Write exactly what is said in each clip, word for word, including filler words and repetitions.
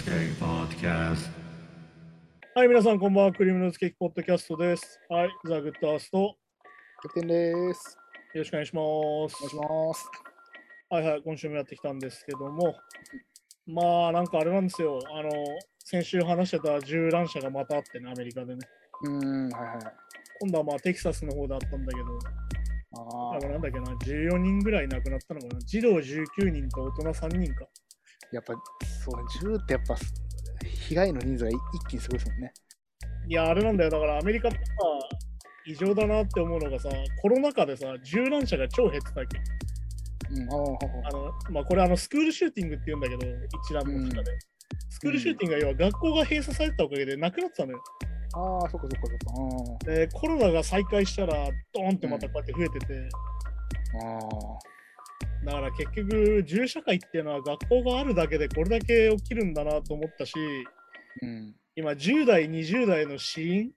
Cake Podcast. はい、皆さん、こんばんは。クリームノーズケーキポッドキャストです。はい、ザ・グッドアースト、よキャプテンです。 ろしくお願いします。 お願いします。 はいはい、今週もやってきたんですけども、まあ、なんかあれなんですよ。あの、先週話してた銃乱射がまたあってね、アメリカでね。 うーん、はいはい。 今度はまあ、テキサスの方であったんだけど、 ああ、 だからなんだっけな、じゅうよにんぐらい亡くなったのかな。児童じゅうきゅうにんと大人さんにんか。 やっぱ、そうね、銃ってやっぱ、被害の人数が一気にすごいですもんね。 いや、あれなんだよ。だからアメリカってさ、異常だなって思うのがさ、コロナ禍でさ、銃乱射が超減ってたわけ。 うん、ああ、ほうほうあのまあ、これあのスクールシューティングって言うんだけど、一覧の下で、うん。スクールシューティングは要は学校が閉鎖されたおかげでなくなってたのよ。 ああ、そっかそっかそっか。 で、コロナが再開したら、ドーンってまたこうやって増えてて、 うん、あだから結局、銃社会っていうのは学校があるだけでこれだけ起きるんだなと思ったし、 うん、 今、じゅう代、にじゅう代の死因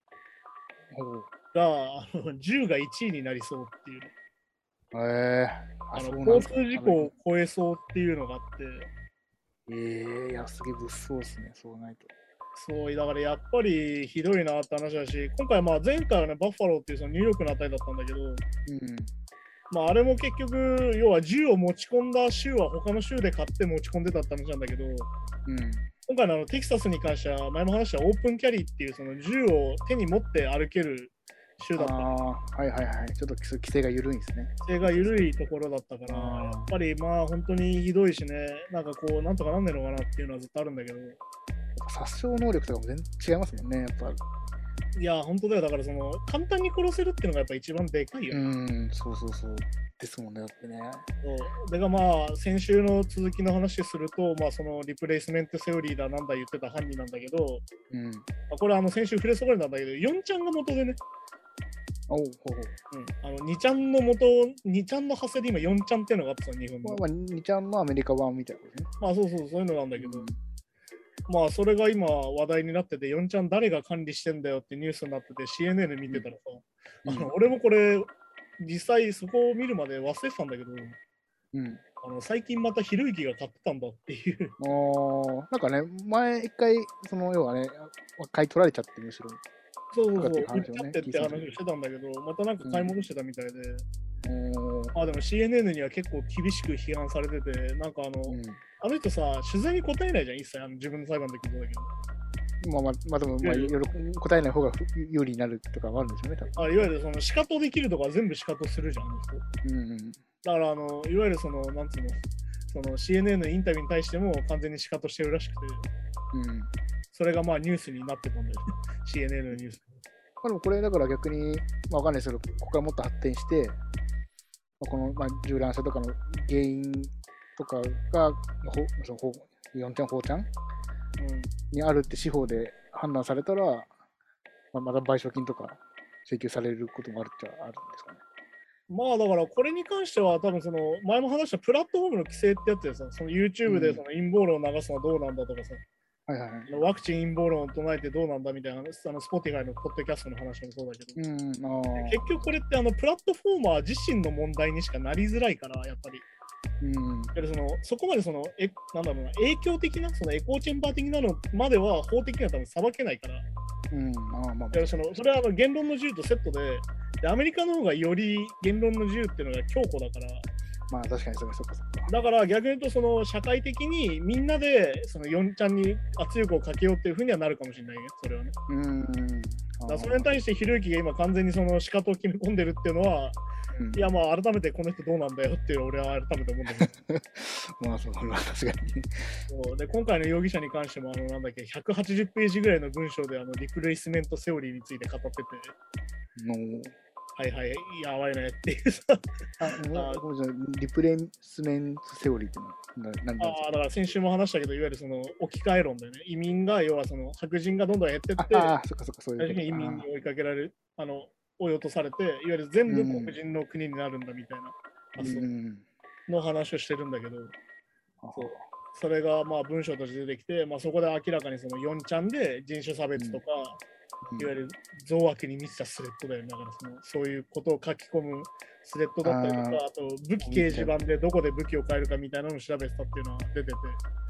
が、あの銃がいちいになりそうっていう。 へえー、 あの交通事故を超えそうっていうのがあって。 ええー、いや、すげえ物騒ですね、そうないと。 そう、だからやっぱりひどいなって話だし、今回まあ前回はね、バッファローっていうそのニューヨークのあたりだったんだけど、うん、まああれも結局、要は銃を持ち込んだ州は他の州で買って持ち込んでたって話なんだけど、うん、今回のあのテキサスに関しては、前も話したオープンキャリーっていうその銃を手に持って歩ける州だった。ああ、 はいはいはい。ちょっと規制が緩いんですね。 規制が緩いところだったから、やっぱりまあ本当にひどいしね、なんかこう、なんとかなんねえのかなっていうのはずっとあるんだけど。 殺傷能力とかも全然違いますもんね、やっぱ。 いや、本当だよ。だからその、簡単に殺せるっていうのがやっぱ一番でかいよ、ね。 うん、そうそうそう。ですもんね、だってね。 そう。だからまあ、先週の続きの話すると、まあ、そのリプレイスメントセオリーだなんだ言ってた犯人なんだけど、うん、まあ、これあの先週触れそがれたんだけど、よんちゃんが元でね。 おうほううん、あのにちゃんの元、にちゃんの派生で今よんちゃんっていうのがあってさ、日本の。 まあ、にちゃんのアメリカ版みたいなことね。 まあそうそう、そういうのなんだけど、うん、まあそれが今話題になってて、よんちゃん誰が管理してんだよってニュースになってて、シーエヌエヌ 見てたらさ、うん、あの俺もこれ、実際そこを見るまで忘れてたんだけど、うん、あの最近またひろゆきが買ってたんだっていう。 あなんかね、前一回、その要はね、買い取られちゃってむしろ。 そうそうそう、売っちゃってって話をしてたんだけど、またなんか買い戻してたみたいで、うん、あでも シーエヌエヌ には結構厳しく批判されてて、なんかあの、うん、あの人さ、取材に答えないじゃん、一切あの自分の裁判の時もだけど。 まあまあ、まあ、でも、まあ、いろいろ答えない方が有利になるとかもあるんですよね、多分。 あいわゆるその、仕方できるとか全部仕方するじゃん、あの人。うんうん、だから、あの、いわゆるその、なんつうの、その シーエヌエヌ のインタビューに対しても完全に仕方してるらしくて、うん、それがまあニュースになってたんだよね、シーエヌエヌ のニュース。 まあ、でもこれだから逆に、まあ、わかんないですけど、ここからもっと発展して、まあ、この、まあ、銃乱射とかの原因とかが、そのよんちゃん、よんちゃん、うん、にあるって司法で判断されたら、まあ、また賠償金とか請求されることもあるっちゃあるんですかね。 まあだからこれに関しては多分その前も話したプラットフォームの規制ってやつでさ、その YouTube でその陰謀論を流すのはどうなんだとかさ、はいはいはい、ワクチン陰謀論を唱えてどうなんだみたいな、あの Spotify のポッドキャストの話もそうだけど、うん、あ結局これってあのプラットフォーマー自身の問題にしかなりづらいから、やっぱり。うん、そのそこまでそのえなんだろうな影響的なそのエコーチェンバー的なのまでは法的には多分裁けないから、うんまあまあ、そのそれはあの言論の自由とセット で, でアメリカの方がより言論の自由っていうのが強固だから、 まあ確かにそうかそうかそうか。 だから逆に言うとその社会的にみんなでそのよんちゃんに圧力をかけようっていうふうにはなるかもしれないね、それはね。うんだからそれに対してひろゆきが今完全にその仕方を決め込んでるっていうのは、うん、いやまあ改めてこの人どうなんだよっていう俺は改めて思うんだけどまあそう確かにそうで今回の容疑者に関してもあのなんだっけひゃくはちじゅうページぐらいの文章であのリプレイスメントセオリーについて語っててのはいはいやばいねっていうさああリプレイスメントセオリーってのは何ああだから先週も話したけどいわゆるその置き換え論だよね。移民が要はその白人がどんどん減ってってああそっかそっかそういう移民に追いかけられるあの追い落とされていわゆる全部黒人の国になるんだみたいな発想の話をしてるんだけど、うん、そうそれがまあ文章として出てきて、まあ、そこで明らかにそのよんちゃんで人種差別とか、うん、いわゆる増悪に満ちたスレッドだよね。だからそのそういうことを書き込むスレッドだったりとか、あ, あと武器掲示板でどこで武器を買えるかみたいなのを調べてたっていうのは出てて、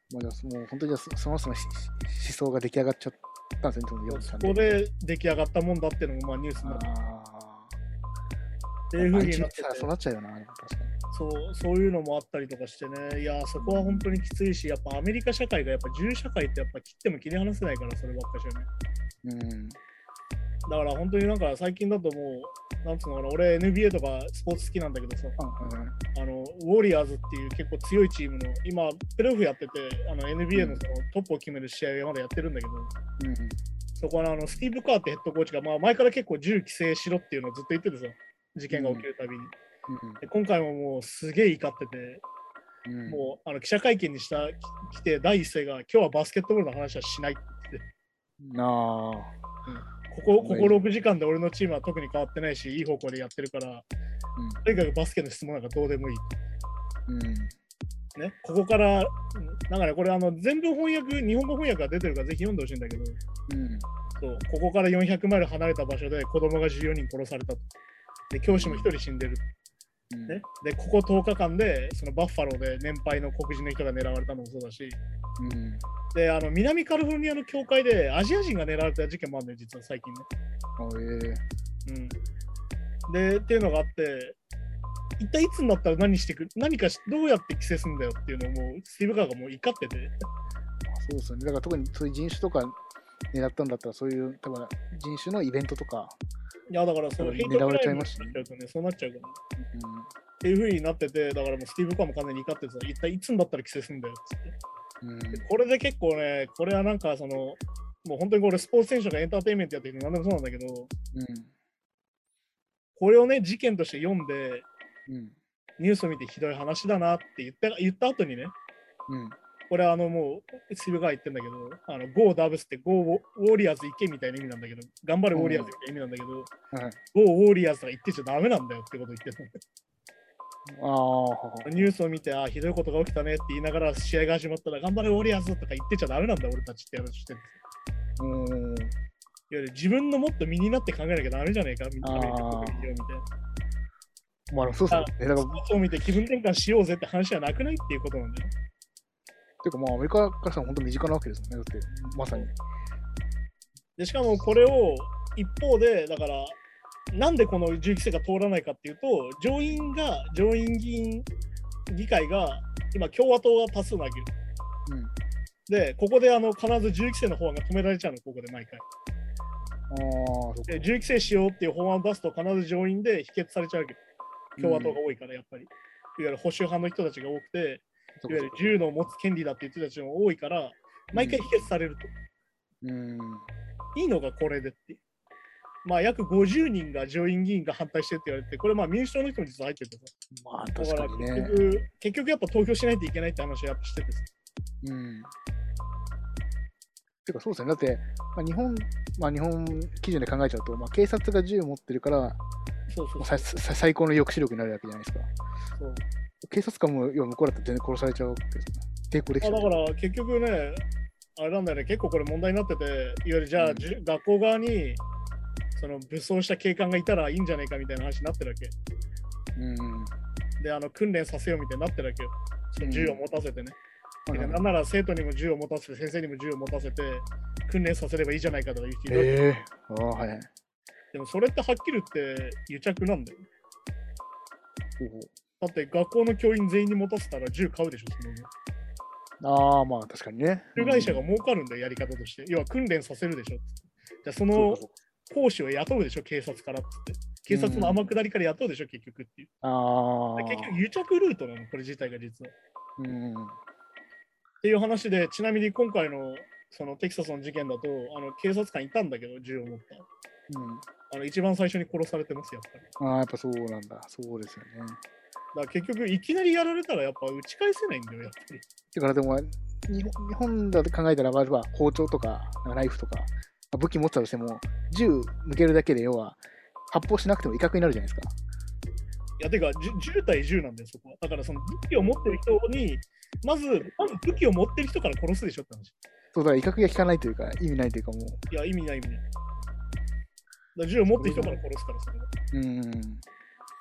もう本当にそのその思想が出来上がっちゃったんですね、 そこで出来上がったもんだっていうのもまあニュースになってっていうふうになってて、 そうなっちゃうよな、確かに。 そう、そういうのもあったりとかしてね、いや、そこは本当にきついし、やっぱアメリカ社会がやっぱ銃社会ってやっぱ切っても切り離せないから、そればっかしはね。うん。だから本当になんか最近だともう、なんつうのかな、俺 エヌビーエー とかスポーツ好きなんだけどさ、うん、あのウォリアーズっていう結構強いチームの、今、プレーオフやってて、あの エヌビーエー の, そのトップを決める試合がまだやってるんだけど、うん、そこはあのスティーブ・カーってヘッドコーチが、まあ、前から結構銃規制しろっていうのをずっと言っててさ、事件が起きるたびに。うん、で今回ももうすげえ怒ってて、うん、もうあの記者会見にした来て、第一声が、今日はバスケットボールの話はしないって言って。なあ。うんここ、こころくじかんで俺のチームは特に変わってないし、いい方向でやってるから、うん、とにかくバスケの質問なんかどうでもいい。うんね、ここから、なんかね、これあの全部翻訳、日本語翻訳が出てるからぜひ読んでほしいんだけど、うん、そうここからよんひゃくマイル離れた場所で子供がじゅうよにん殺されたと。で、教師もひとり死んでる。うんね、で、こことおかかんで、そのバッファローで年配の黒人の人が狙われたのもそうだし、うんで、あの南カリフォルニアの教会でアジア人が狙われた事件もあるんだよ、実は最近ね。あえーうん、で、っていうのがあって、一体いつになったら何してくる、何かしどうやって規制するんだよっていうのをもうスティーブ・カーがもう怒ってて。 そうですよね。だから特にそういう人種とか狙ったんだったら、そういう多分人種のイベントとか。 いや、だからそのヘイトクライムになっちゃうとね、そうなっちゃうから、ね。うん、っていう風になってて、だからもうスティーブ・カーも完全に怒っててさ、一体いつになったら規制するんだよってって。うん、これで結構ね、これはなんかその、もう本当にこれスポーツ選手がエンターテインメントやってるの何でもそうなんだけど、うん、これをね、事件として読んで、うん、ニュースを見てひどい話だなって言った言った後にね、うん、これはあのもう、スティーブが言ってんだけど、あの Go ダブスって Go ウォーリアーズ行けみたいな意味なんだけど、頑張れウォーリアーズみたいな意味なんだけど、うん、Go ウォーリアーズとか言ってちゃダメなんだよってことを言ってるの。あニュースを見て、あひどいことが起きたねって言いながら試合が始まったら、頑張れウォリアーズとか言ってちゃダメなんだ俺たちって話してるんですよ。うんいわゆる自分のもっと身になって考えなきゃダメじゃねえかみたいな。まあ、そうそう。だからそう見て気分転換しようぜって話はなくないっていうことなんだよ。 ていうかまあアメリカからしたら本当身近なわけですよね。だってまさに。 でしかもこれを一方でだから。なんでこの銃規制が通らないかっていうと、上院が、上院議員議会が、今、共和党が多数なわけよ。うん、で、ここであの必ず銃規制の法案が止められちゃうの、ここで毎回。あで銃規制しようっていう法案を出すと、必ず上院で否決されちゃうわけど、共和党が多いから、やっぱり。いわゆる保守派の人たちが多くて、いわゆる銃の持つ権利だっていう人たちが多いから、毎回否決されると。うん、いいのがこれでって。まあ、約ごじゅうにんが上院議員が反対してって言われて、これまあ民主党の人も実は入っててさ。まあ、確かにね。結局、結局やっぱ投票しないといけないって話をやっぱしててさ。うん。 てかそうですね。だって、まあ、日本、まあ、日本基準で考えちゃうと、まあ、警察が銃を持ってるから、そうそうそうそう最高の抑止力になるわけじゃないですか。そう警察官も要は向こうだって全然殺されちゃうわけですね。抵抗できちゃう。 だから結局ね、あれなんだよね、結構これ問題になってて、いわゆるじゃあ、うん、学校側に、その武装した警官がいたらいいんじゃないかみたいな話になってるわけ。うん、で、あの訓練させようみたいになってるわけよ。その銃を持たせてね。うん、なんなら生徒にも銃を持たせて、先生にも銃を持たせて、訓練させればいいじゃないかとか言う人いるわけ。えーあはい、でもそれってはっきり言って癒着なんだよ。だって学校の教員全員に持たせたら銃買うでしょ、 そのああ、まあ確かにね。 銃会社が儲かるんだよ、やり方として。要は訓練させるでしょ。じゃあその講師を雇うでしょ、警察からって。警察の天下りから雇うでしょ、うん、結局っていう。あ結局、癒着ルートなの、これ自体が実は。うん、っていう話で、ちなみに今回のそのテキサスの事件だと、あの警察官いたんだけど、銃を持った。うん、あの一番最初に殺されてます、やっぱり。 ああ、やっぱそうなんだ。そうですよね。だから結局、いきなりやられたら、やっぱ打ち返せないんだよ、やっぱり。 だからでも、日本、日本だと考えたら、まずは包丁とか、ナイフとか、武器持ってたとしても、銃向けるだけで、要は、発砲しなくても威嚇になるじゃないですか。 いや、てか、銃対銃なんだよ、そこは。だから、その武器を持ってる人に、まず、まず武器を持ってる人から殺すでしょって話。 そう、だから威嚇が効かないというか、意味ないというか、もう。 いや、意味ない意味ない。だ銃を持ってる人から殺すから、それは。うん。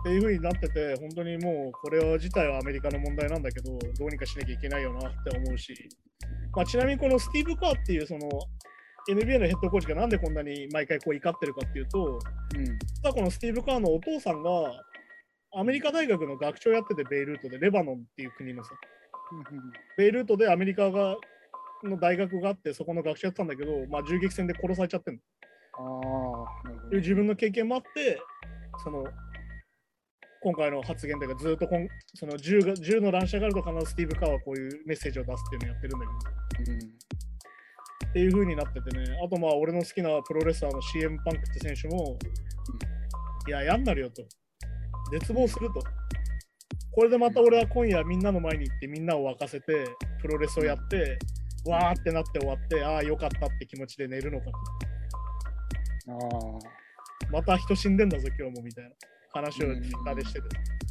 っていう風になってて、本当にもうこれは自体はアメリカの問題なんだけど、どうにかしなきゃいけないよなって思うし、まあ、ちなみにこのスティーブ・カーっていうその エヌビーエー のヘッドコーチがなんでこんなに毎回こう怒ってるかっていうと、うん、実はこのスティーブ・カーのお父さんがアメリカ大学の学長やってて、ベイルートで、レバノンっていう国のさ、ベイルートでアメリカがの大学があって、そこの学長やってたんだけど、まあ、銃撃戦で殺されちゃってるの。ああ、自分の経験もあって、その今回の発言でずっとこんその 銃, が銃の乱射があると必ずスティーブ・カーはこういうメッセージを出すっていうのをやってるんだけど、うん、っていう風になっててね。あとまあ俺の好きなプロレスラーの シーエム パンクって選手も、うん、いや嫌になるよと、絶望すると、これでまた俺は今夜みんなの前に行ってみんなを沸かせてプロレスをやって、うん、わーってなって終わって、ああよかったって気持ちで寝るのかと、あまた人死んでんだぞ今日もみたいな話をツイッターでしてて、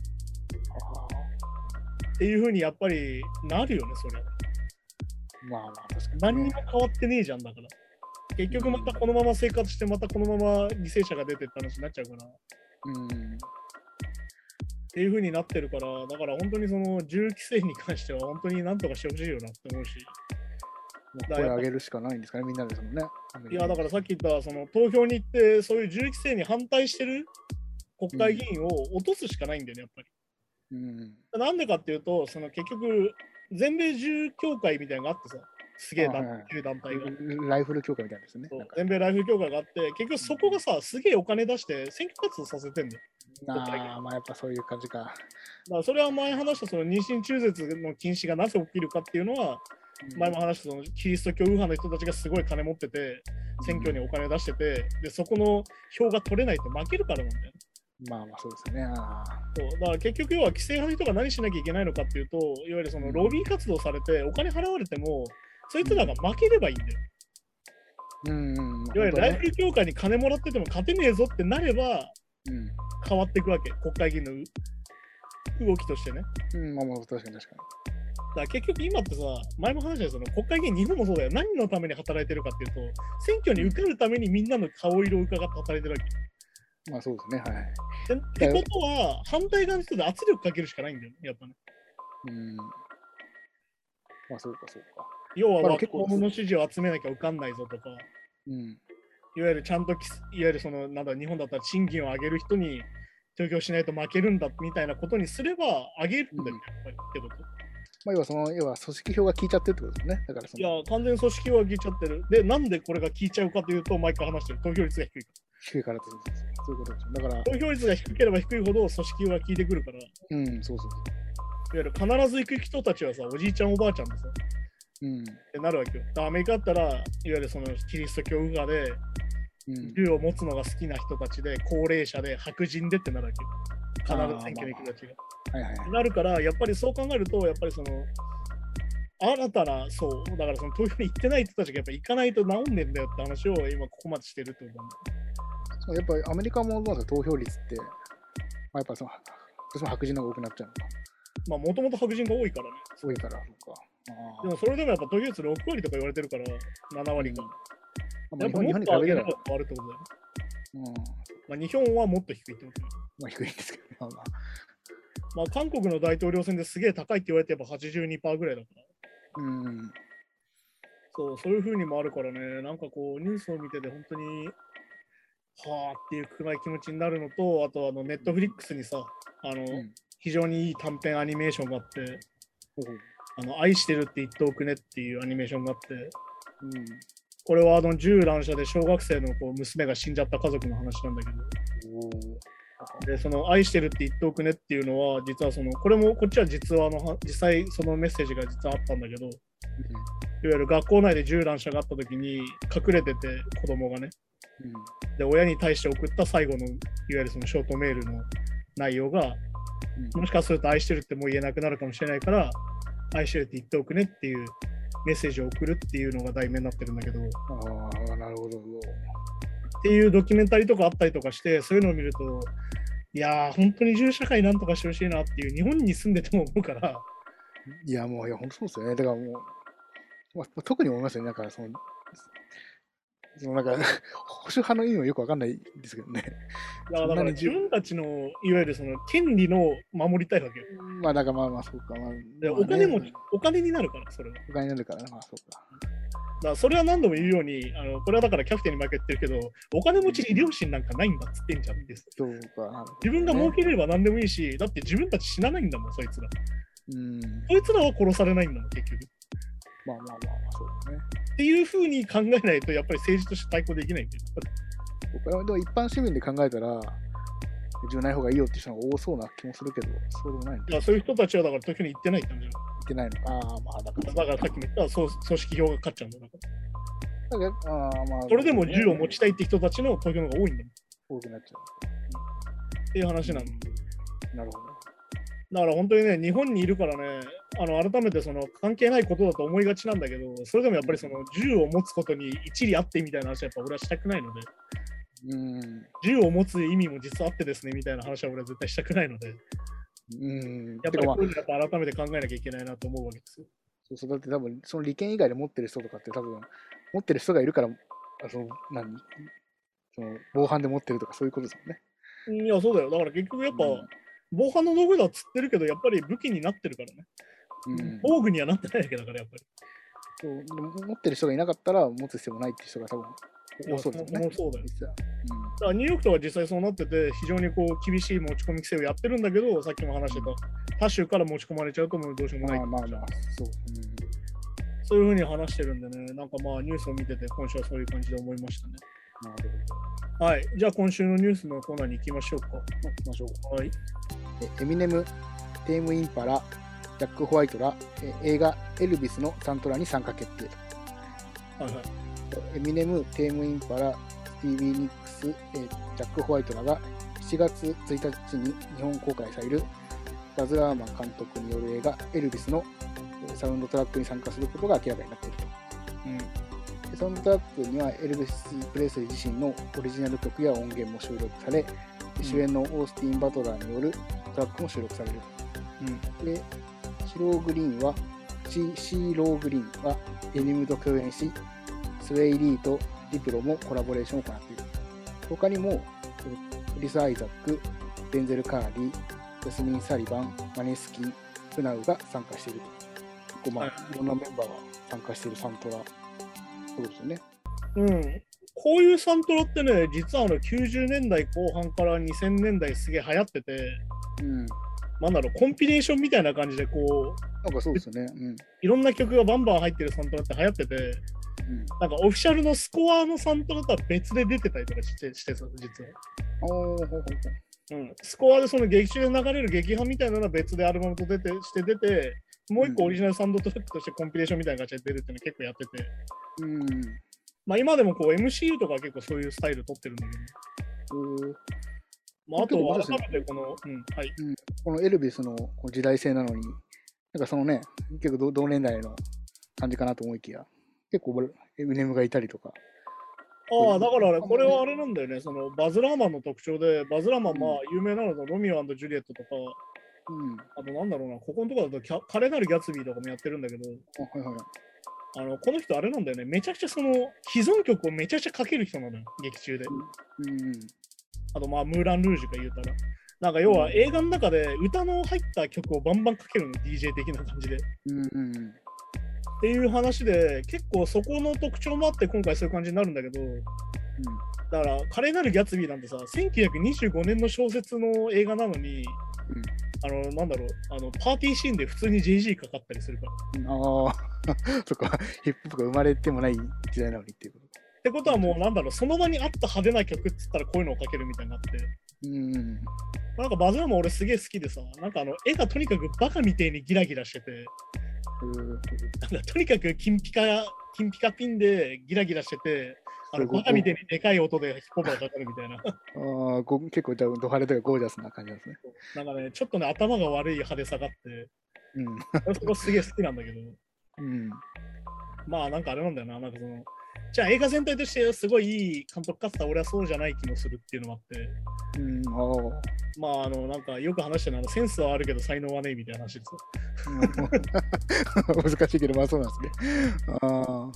っていう風にやっぱりなるよね、それは。まあまあ確かに、ね、何にも変わってねえじゃん。だから結局またこのまま生活してまたこのまま犠牲者が出てって話になっちゃうから、うん、っていう風になってるから、だから本当にその銃規制に関しては本当になんとかしてほしいよなって思うし、 声上げるしかないんですかね、みんなでそのね。 いやだからさっき言ったその投票に行ってそういう銃規制に反対してる国会議員を落とすしかないんだよね、やっぱり。うん、なんでかっていうと、その結局、全米銃協会みたいなのがあってさ、すげえ団体が。 ライフル協会みたいなですね。 全米ライフル協会があって、結局そこがさ、すげえお金出して選挙活動させてんだよ。 ああ、まあやっぱそういう感じか。だからそれは前話したその妊娠中絶の禁止がなぜ起きるかっていうのは、うん、前も話したそのキリスト教右派の人たちがすごい金持ってて、選挙にお金出してて、でそこの票が取れないと負けるからなんだよ。 まあまあそうですね。あそうだから結局要は規制派の人が何しなきゃいけないのかっていうと、いわゆるそのロビー活動されてお金払われても、そいつらが負ければいいんだよ。うん、いわゆるライフル協会に金もらってても勝てねえぞってなれば、うん、変わっていくわけ、国会議員の動きとしてね。 うん、まあまあ確かに確かに。 だから結局今ってさ、前も話したよ、その国会議員、日本もそうだよ。何のために働いてるかっていうと、選挙に受かるためにみんなの顔色を伺って働いてるわけ。 まあそうですね、はい。 ってことは、反対側の人で圧力かけるしかないんだよね、やっぱね。うん。 まあそうか、そうか。 要は、若者の支持を集めなきゃ受かんないぞとか、うん、いわゆるちゃんと、いわゆるその、なんだ、日本だったら賃金を上げる人に投票しないと負けるんだみたいなことにすれば、上げるんだよ、やっぱりってこと。 まあ、要はその、要は組織票が効いちゃってるってことですね。だからそのいや、完全に組織票が効いちゃってる。で、なんでこれが効いちゃうかというと、毎回話してる、投票率が低いから。 低いからってことです。そういうことです。だから、 投票率が低ければ低いほど組織票が効いてくるから。 うん、そうそうそう。 いわゆる必ず行く人たちはさ、おじいちゃん、おばあちゃんでさ、うん、ってなるわけよ。アメリカだったら、いわゆるそのキリスト教右派で、うん、銃を持つのが好きな人たちで、高齢者で、白人でってなるわけよ。必ず選挙に行く人たちが。はいはいはい、なるから、やっぱりそう考えると、やっぱりその、新たな、そう、だからその投票に行ってない人たちがやっぱ行かないと治んねえんだよって話を今ここまでしてるってことなんだ。 そうやっぱりアメリカもどうですか、投票率って、まあ、やっぱその、私も白人の方が多くなっちゃうのか。 まあもともと白人が多いからね。 多いから、そうか。 でもそれでもやっぱ投票率ろくわりとか言われてるから、ななわりか。うん、やっぱもっと上げれば変わるってことだよね。うん、まあ日本はもっと低いってことだよ。 まあ低いんですけど、ね、まあまあ。 まあ韓国の大統領選ですげえ高いって言われてやっぱ はちじゅうにパーセント ぐらいだから。うん、そう、そういう風にもあるからね、なんかこうニュースを見てて本当にはあっていう暗い気持ちになるのと、あとあのネットフリックスにさ、あの、うん、非常にいい短編アニメーションがあって、うん、あの愛してるって言っておくねっていうアニメーションがあって、うん、これはあの銃乱射で小学生のこう娘が死んじゃった家族の話なんだけど、でその愛してるって言っておくねっていうのは実はそのこれもこっちは実はあの実際そのメッセージが実はあったんだけど、うん、いわゆる学校内で銃乱射があった時に隠れてて子供がね、うん、で親に対して送った最後のいわゆるそのショートメールの内容が、うん、もしかすると愛してるってもう言えなくなるかもしれないから愛してるって言っておくねっていうメッセージを送るっていうのが題名になってるんだけど、 ああなるほどっていうドキュメンタリーとかあったりとかして、そういうのを見ると、いやー、本当に銃社会なんとかしてほしいなっていう、日本に住んでても思うから。 いや、もう、いや、本当そうですよね。だからもう、まあ、特に思いますよね。だからその、 そのなんか保守派の意味はよくわかんないんですけどね。 だからだから自分たちのいわゆるその権利の守りたいわけよ。 まあだからまあまあそうか。まあ、 でお金も、ね、お金になるからそれは。 お金になるからまあそうか。 だからそれは何度も言うように、あのこれはだからキャプテンに負けてるけど、お金持ちに良心なんかないんだっつってんじゃんです。 そうか。 自分が儲けれれば何でもいいし、だって自分たち死なないんだもん、そいつら。 うん。 そいつらは殺されないんだもん、結局。 まあまあまあまあ、そうだね。 っていうふうに考えないと、やっぱり政治として対抗できないんだよ。 僕はでも一般市民で考えたら、自分ない方がいいよって人が多そうな気もするけど、そうでもないんだ。 いや、そういう人たちはだから時に言ってないって感じだよ。 言ってないの。ああ、まあだから。 だからさっきも言った組織票が勝っちゃうんだよ。 だからあまあ、 それでも銃を持ちたいって人たちの投票の方が多いんだもん。多くなっちゃう。 っていう話なんだ。 なるほど。 だから本当にね、日本にいるからね、あの改めてその関係ないことだと思いがちなんだけど、それでもやっぱりその銃を持つことに一理あってみたいな話はやっぱ俺はしたくないので、 うん、 銃を持つ意味も実はあってですねみたいな話は俺は絶対したくないので、 うん、 やっぱりこういうのやっぱ改めて考えなきゃいけないなと思うわけですよ。 そうそう、だって多分その利権以外で持ってる人とかって多分持ってる人がいるから、あその何その防犯で持ってるとかそういうことですもんね。いや、そうだよ。だから結局やっぱ、うん防犯の道具だっつってるけど、やっぱり武器になってるからね。うん、防具にはなってないわけだから、やっぱり。 そう持ってる人がいなかったら持つ必要もないっていう人が多分多そうですよね。 そうだよ。実はうん、だからニューヨークとか実際そうなってて、非常にこう厳しい持ち込み規制をやってるんだけど、さっきも話してた、他州から持ち込まれちゃうともうどうしようもない。まあまあまあ、そう。うん、そういうふうに話してるんでね、なんかまあニュースを見てて、今週はそういう感じで思いましたね。なるほど。はい。じゃあ今週のニュースのコーナーに行きましょうか。行きましょう。はい。 エミネム、テームインパラ、ジャック・ホワイトら映画エルビスのサントラに参加決定。はいはい、エミネム、テームインパラ、スティービー・ニックス、ジャック・ホワイトらがしちがつついたちに日本公開されるバズ・ラーマン監督による映画エルビスのサウンドトラックに参加することが明らかになっていると。うん、サウンドトラックにはエルビス・プレスリー自身のオリジナル曲や音源も収録され、主演のオースティン・バトラーによるトラックも収録される。うん、で、シローグリーンは、シ, シーローグリーンはデニムと共演し、スウェイ・リーとディプロもコラボレーションを行っている。他にも、リス・アイザック、デンゼル・カーリー、ジャスミン・サリバン、マネスキー、フナウが参加している。結構まあ、はい、いろんなメンバーが参加しているサントラ、そうですよね。 うん。こういうサントラってね、実はあのきゅうじゅうねんだいこう半からにせんねんだいすげえ流行ってて、うん、なんだろう、コンピレーションみたいな感じでこう、 なんかそうですよね、うん、 いろんな曲がバンバン入ってるサントラって流行ってて、うん、なんかオフィシャルのスコアのサントラとは別で出てたりとかしてしてさ、実は。おー、うん、スコアでその劇中で流れる劇版みたいなのは別でアルバムと出てして出て、もう一個オリジナルサウンドトラックとしてコンピレーションみたいな感じで出るっていうの結構やってて。うんまあ、今でもこう エムシーユー とかは結構そういうスタイル取ってるんだけど、ね。まあ、あとは改めてこの、うんはいうん、このエルビスの時代性なのに、なんかそのね、結構同年代の感じかなと思いきや、結構エミネムがいたりとか。 ああ、だからね、これはあれなんだよね、そのバズ・ラーマンの特徴で、バズ・ラーマン、まあ有名なのとロミオ&ジュリエットとか、うん、あとなんだろうな、ここのところだと華麗なるギャツビーとかもやってるんだけど、はいはいあのこの人あれなんだよね、めちゃくちゃその既存曲をめちゃくちゃかける人なのよ、劇中で。うんうん、あとまあムーラン・ルージュか言うたら。なんか要は映画の中で歌の入った曲をバンバンかけるの、ディージェー 的な感じで。うんうん、っていう話で、結構そこの特徴もあって今回そういう感じになるんだけど、うん、だから華麗なるギャツビーなんてさ、せんきゅうひゃくにじゅうごねんの小説の映画なのに、うんあのなんだろうあのパーティーシーンで普通に ジェイジー かかったりするから。 ああ、そっか、ヒップホップが生まれてもない時代なのにっていうこと。 ってことはもうなんだろう、その場にあった派手な曲っつったらこういうのをかけるみたいになって。うん。なんかバズラーも俺すげえ好きでさ、なんかあの絵がとにかくバカみてえにギラギラしてて、うんなんかとにかく金ピカ、金ピカピンでギラギラしてて、あのバカみたいにでかい音でヒップホップがかかるみたいな。 ああ、結構じゃあド派手というかゴージャスな感じですね。 なんかね、ちょっとね、頭が悪い派手さがあって、うん、そこすげえ好きなんだけど、うん、まあなんかあれなんだよな、なんかその、じゃあ映画全体としてすごいいい監督かつたら俺はそうじゃない気もするっていうのもあって、うん、あまああの、なんかよく話してるのは、センスはあるけど才能はねえみたいな話ですよ。 難しいけど、まあそうなんですね。あ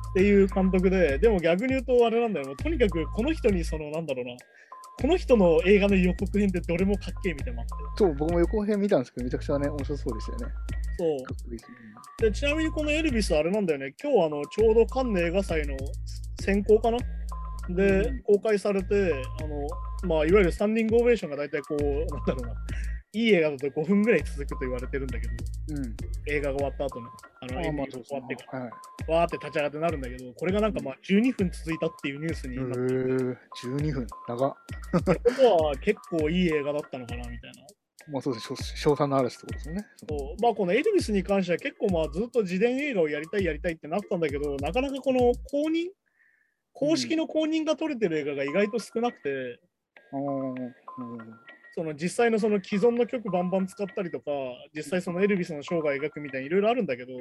っていう監督で、でも逆に言うとあれなんだよ、もうとにかくこの人にそのなんだろうな、この人の映画の予告編ってどれもかっけえみたいなのあって。 そう、僕も予告編見たんですけど、めちゃくちゃね、面白そうでしたよね。 そう。でちなみにこのエルビスあれなんだよね、今日あのちょうどカンヌ映画祭の選考かなで、うん、公開されて、あのまあ、いわゆるスタンディングオベーションが大体こう、なんだろうな、いい映画だとごふんぐらい続くと言われてるんだけど、うん、映画が終わった後ね、あの、あまあ、終わってから、はい、わーって立ち上がってなるんだけど、これがなんかまあじゅうにふん続いたっていうニュースになってる。 じゅうにふん、長っ。 ってことは結構いい映画だったのかなみたいな。 まあそうです、賞賛の嵐ってことですよね。 そうまあ、このエルビスに関しては結構まあずっと自伝映画をやりたいやりたいってなったんだけど、なかなかこの公認、公式の公認が取れてる映画が意外と少なくて、うんうん、その実際のその既存の曲バンバン使ったりとか、実際そのエルビスの生涯を描くみたいにいろいろあるんだけど、うん、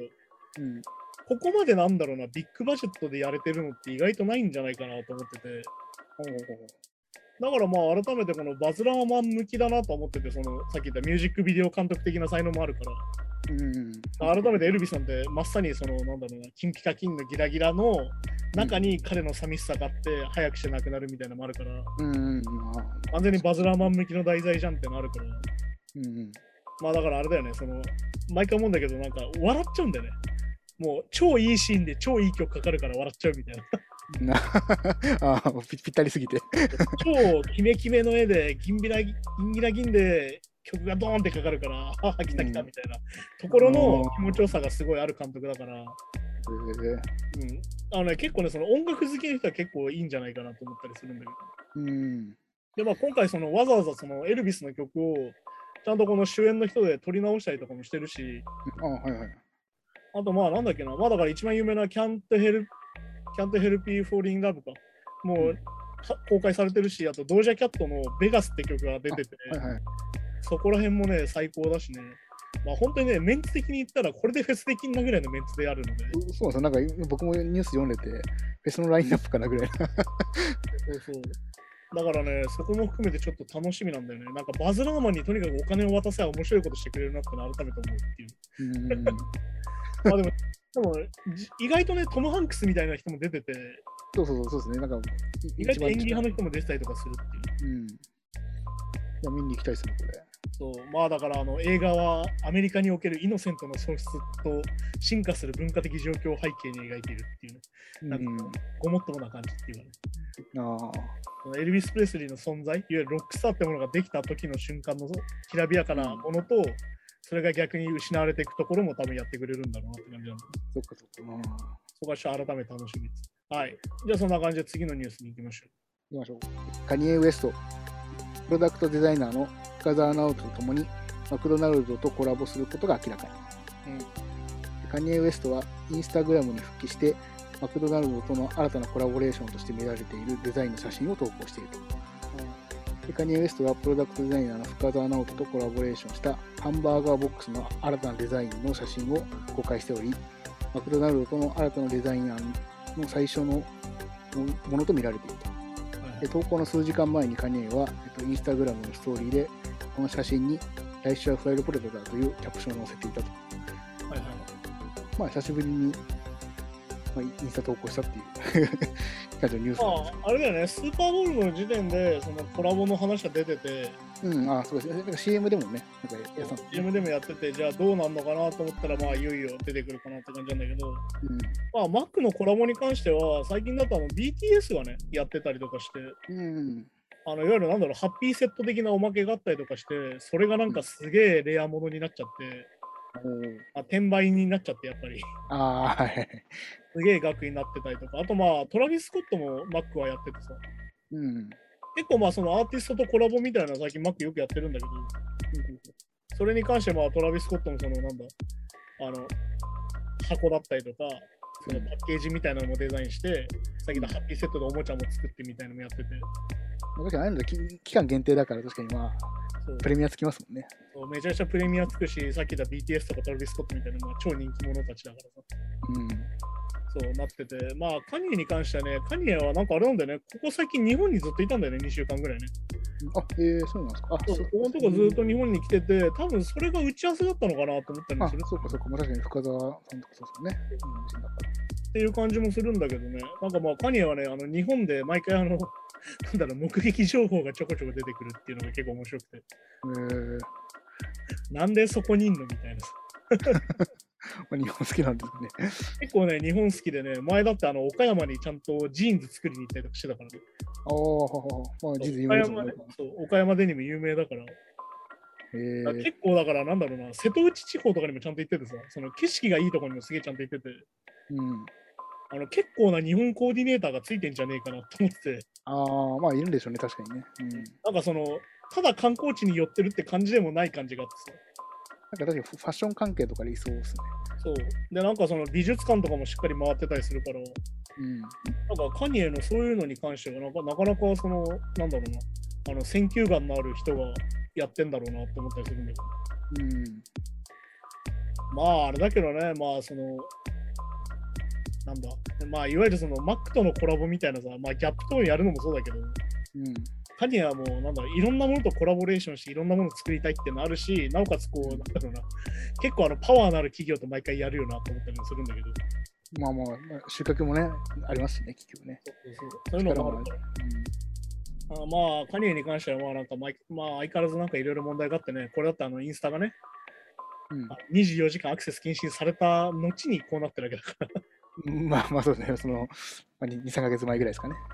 ここまでなんだろうな、ビッグバジェットでやれてるのって意外とないんじゃないかなと思ってて、だからまあ改めてこのバズ・ラーマン向きだなと思ってて、そのさっき言ったミュージックビデオ監督的な才能もあるから、うん、改めてエルビスなんてまさにそのなんだろうな、キンピカキンのギラギラの中に彼の寂しさがあって早くしてなくなるみたいなのもあるから、うんうん、完全にバズ・ラーマン向きの題材じゃんってのあるから、うんうん、まあだからあれだよね、その毎回思うんだけどなんか笑っちゃうんだよね。もう超いいシーンで超いい曲かかるから笑っちゃうみたいな。 ああ、ぴ, ぴったりすぎて。 超キメキメの絵でギンビラギンギラギンで曲がドーンってかかるから、ああ、来た来たみたいな、うん、ところの気持ちよさがすごいある監督だから、うんあのね、結構ね、その音楽好きの人は結構いいんじゃないかなと思ったりするんだけど。うん、で、まあ今回そのわざわざそのエルビスの曲をちゃんとこの主演の人で撮り直したりとかもしてるし、あ、はいはい、あとまあなんだっけな、まあだから一番有名な Can't Help Can't Help You Fall in Love か。もう、うん、公開されてるし、あとドージャキャットのベガスって曲が出てて、はいはい、そこら辺もね、最高だしね。まあ本当にね、メンツ的に言ったらこれでフェスできんなぐらいのメンツであるので。 そうですよ、なんか僕もニュース読んでて、フェスのラインナップかなぐらいな。 そうそう。だからね、そこも含めてちょっと楽しみなんだよね。なんかバズ・ラーマンにとにかくお金を渡せば面白いことしてくれるなっての改めて思うっていう。うんまあでも、でも意外とね、トム・ハンクスみたいな人も出てて、 そうそうそうですね、なんか意外と演技派の人も出てたりとかするっていう。うん。いや、見に行きたいですね、これ。 そう、まあだからあの映画はアメリカにおけるイノセントの喪失と進化する文化的状況を背景に描いているっていうね、なんかごもっともな感じっていうかね。あエルビス・プレスリーの存在、いわゆるロックスターってものができた時の瞬間のきらびやかなものと、うんそれが逆に失われていくところも多分やってくれるんだろうなって感じなんで。 そっかそっか。 そこは改めて楽しみです。はい。じゃあそんな感じで次のニュースに行きましょう。行きましょう。カニエ・ウエスト、プロダクトデザイナーの深澤直人と共にマクドナルドとコラボすることが明らかに。うん、カニエ・ウエストはインスタグラムに復帰してマクドナルドとの新たなコラボレーションとして見られているデザインの写真を投稿していると。カニエ・ウエストはプロダクトデザイナーの深澤直人とコラボレーションしたハンバーガーボックスの新たなデザインの写真を公開しており、マクドナルドとの新たなデザイン案の最初のものと見られていると。はい、投稿の数時間前にカニエは、えっと、インスタグラムのストーリーでこの写真に来週はフライドポテトだというキャプションを載せていたと。はいはい、まあ久しぶりに、まあ、インスタ投稿したっていう感じのニュースなんですけど、 あ, あれだよね、スーパーボウルの時点でそのコラボの話が出てて、 うん、あそうですね、シーエム でもね、なんかやったんですね。 シーエム でもやってて、じゃあどうなんのかなと思ったら、まあいよいよ出てくるかなって感じなんだけど、うん、まあ Mac のコラボに関しては、最近だとあの ビーティーエス がね、やってたりとかして、うん、あのいわゆるなんだろう、ハッピーセット的なおまけがあったりとかして、それがなんかすげえレアものになっちゃって、うんまあ、転売になっちゃって、やっぱり。あはい。すげえ額になってたりとか、あとまあトラビス・スコットも Mac はやっててさ、うん、結構まあそのアーティストとコラボみたいなの最近 Mac よくやってるんだけど、うん、それに関してまあトラビス・スコットもそのなんだ、あの箱だったりとか、そのパッケージみたいなのもデザインして、さっきのハッピーセットでおもちゃも作ってみたいなのもやってて。 確かにああいうの期間限定だから確かにまあプレミアつきますもんね。 そうめちゃくちゃプレミアつくし、さっき言った ビーティーエス とかトラビス・スコットみたいなのは超人気者たちだからさ。うんそうなってて、まあカニエに関してはね、カニエはなんかあれなんだよね、ここ最近日本にずっといたんだよね、にしゅうかんぐらいね。 あ、えー、そうなんですか。あ、 そう、ここのとこずっと日本に来てて、多分それが打ち合わせだったのかなと思ったりもする。 そうかそうか、まあ、確かに深澤さんとかそうですよね。うん、だからっていう感じもするんだけどね。なんかまあカニエはね、あの日本で毎回あの、なんだろう、目撃情報がちょこちょこ出てくるっていうのが結構面白くて。 えー、 なんでそこにいんのみたいな。 まあ日本好きなんですね。 結構ね、日本好きでね、前だってあの岡山にちゃんとジーンズ作りに行ったりとかしてたからね。 ああ、まあ、ジーンズ有名ですもんね。 そう、岡山デニム有名だから。 えー、 結構だからなんだろうな、瀬戸内地方とかにもちゃんと行っててさ、その景色がいいところにもすげえちゃんと行ってて、 うん、 あの結構な日本コーディネーターがついてんじゃねえかなと思ってて。 ああ、まあいるんでしょうね、確かにね。うん、 なんかその、ただ観光地に寄ってるって感じでもない感じがあってさ。 なんか確かにファッション関係とかでいそうですね。 そう。で、なんかその美術館とかもしっかり回ってたりするから、 うん、 なんかカニエのそういうのに関してはなんか、なかなかその、なんだろうな、あの選球眼のある人がやってんだろうなって思ったりするんだけど。 うん、 まあ、あれだけどね、まあ、その、なんだ、まあ、いわゆるその、マックとのコラボみたいなさ、まあ、ギャップとやるのもそうだけど、 うん、 カニエはもう、なんだろう、いろんなものとコラボレーションして、いろんなものを作りたいっていうのあるし、なおかつ、こう、なんだろうな、結構あのパワーのある企業と毎回やるよなと思ったりもするんだけど。 まあまあ、収穫もね、ありますしね、結局ね。 そうそうそういうのもあるから。あまあ、カニエに関しては、まあ、なんか、まあ、相変わらずなんかいろいろ問題があってね、これだってあの、インスタがね、うん、にじゅうよじかんアクセス禁止された後にこうなってるわけだから。 まあまあそうですね、その、まあ、に、さんかげつまえぐらいですかね。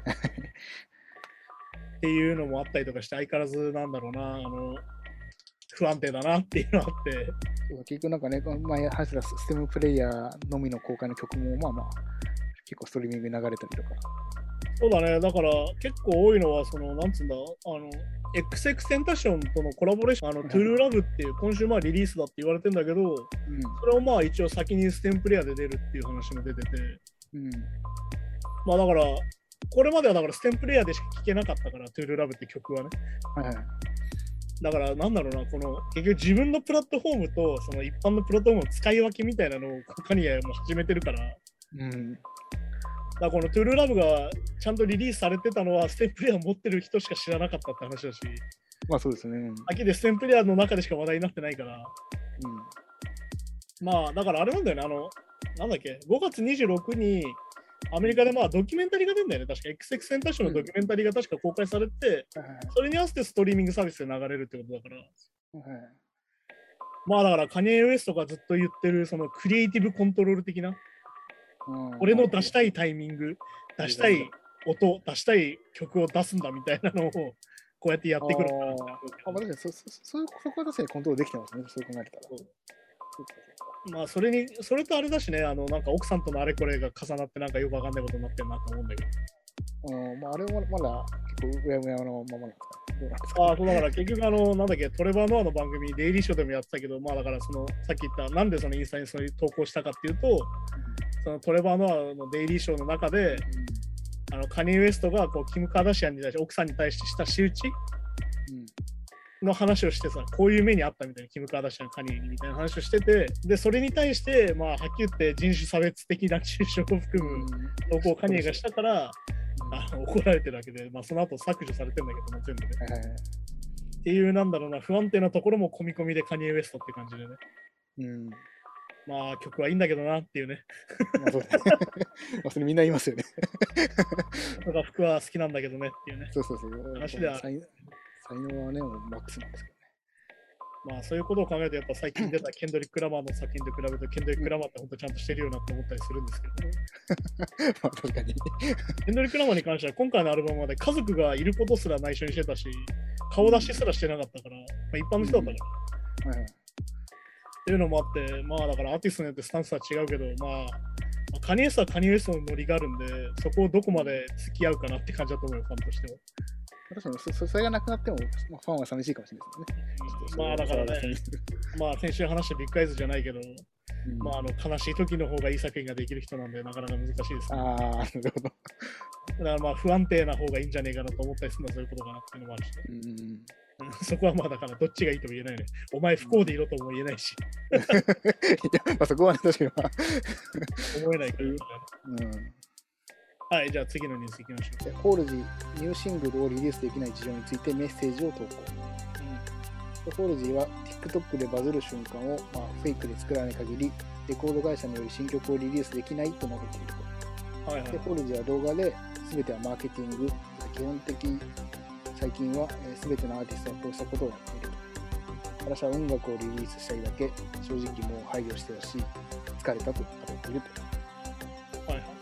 っていうのもあったりとかして、相変わらずなんだろうな、あの、不安定だなっていうのがあって。 結局なんかね、前話したステムプレイヤーのみの公開の曲も、まあまあ、結構ストリーミングに流れたりとか。 そうだね、だから結構多いのは、その、なんつうんだ、あの、エックスエックス テンタションとのコラボレーション、あの、トゥルーラブっていう今週まあリリースだって言われてんだけど、うん、それをまあ一応先にステムプレイヤーで出るっていう話も出てて、うん、まあだから、これまではだからステムプレイヤーでしか聴けなかったから、トゥルーラブって曲はね。はいはい、だからなんだろうな、この結局自分のプラットフォームとその一般のプラットフォームの使い分けみたいなのをカニエも始めてるから、うん、だからこのトゥルーラブがちゃんとリリースされてたのはステムプレイヤー持ってる人しか知らなかったって話だし、 まあそうですね。 秋でステムプレイヤーの中でしか話題になってないから、うん、まあだからあれなんだよね、あの、なんだっけ、ごがつにじゅうろくにアメリカでまあドキュメンタリーが出るんだよね。確か エックスエックス テンタションのドキュメンタリーが確か公開されて、うん、それに合わせてストリーミングサービスで流れるってことだから。うん、まあだからカニエ・ウエストがずっと言ってるそのクリエイティブコントロール的な、うん、俺の出したいタイミング、出したい音、出したい曲を出すんだみたいなのをこうやってやってくるから。ああ、まあ、そ, そ, そ, そこは確かにコントロールできてますね。そう考えたら。 まあそれに、それとあれだしね、あのなんか奥さんとのあれこれが重なってなんかよくわかんないことになってるなと思うんだけど。うん、まああれはまだ結構うやむやのままなんですか。ああ、そうだから結局あの、なんだっけ、トレバー・ノアの番組、デイリーショーでもやってたけど、まあだからその、さっき言った、なんでそのインスタにそういう投稿したかっていうと、うん、そのトレバー・ノアのデイリーショーの中で、うん、あのカニエ・ウエストがこうキム・カーダシアンに対して、奥さんに対してした仕打ち、うんの話をしてさ、こういう目にあったみたいな、キム・カーダシャン、カニエにみたいな話をしてて、で、それに対して、まあ、はっきり言って人種差別的な中傷を含む投稿をカニエがしたから、あの怒られてるわけで、まあ、その後削除されてるんだけども、全部で、ね。はいはい、っていう、なんだろうな、不安定なところも込み込みでカニエ・ウエストって感じでね。うん、まあ、曲はいいんだけどなっていうね。 まあ、そうですね。まあ、それみんな言いますよね。 とか服は好きなんだけどねっていうね。 そうそうそう。 話では。 才能はね、もうマックスなんですけどね。 まあそういうことを考えると、やっぱ最近出たケンドリック・ラマーの作品と比べると、ケンドリック・ラマーって本当ちゃんとしてるよなって思ったりするんですけど、 まあ確かに。 ケンドリック・ラマーに関しては、今回のアルバムまで家族がいることすら内緒にしてたし、顔出しすらしてなかったから、まあ、一般の人だったから。うん、はいはい、っていうのもあって、まあだからアーティストによってスタンスは違うけど、まあ、カニエスはカニエスのノリがあるんで、そこをどこまで付き合うかなって感じだと思うよ、ファンとしては。 確かに そ, それがなくなっても、まあ、ファンは寂しいかもしれないですね。まあだからね、まあ先週話したビッグアイズじゃないけど、うん、まああの悲しい時の方がいい作品ができる人なんで、なかなか難しいですね。 ああ、なるほど。だからまあ不安定な方がいいんじゃねえかなと思ったりするのはそういうことかなっていうのもあるし、ね、うん、そこはまあだからどっちがいいとも言えないね。お前不幸でいろとも言えないし。 いや、まあそこはね、確かに、まあ、 思えないから、ね。 うん。 はい、じゃあ次のニュースいきましょう。 ホールジー、ニューシングルをリリースできない事情についてメッセージを投稿。うん、ホールジーは TikTok でバズる瞬間を、まあ、フェイクで作らない限り、レコード会社により新曲をリリースできないと述べていると。はいはい、でホールジーは動画で全てはマーケティング、基本的、最近は全てのアーティストはこうしたことをやっていると。私は音楽をリリースしたいだけ、正直もう配慮してほしい、疲れたと語っていると。はいはい、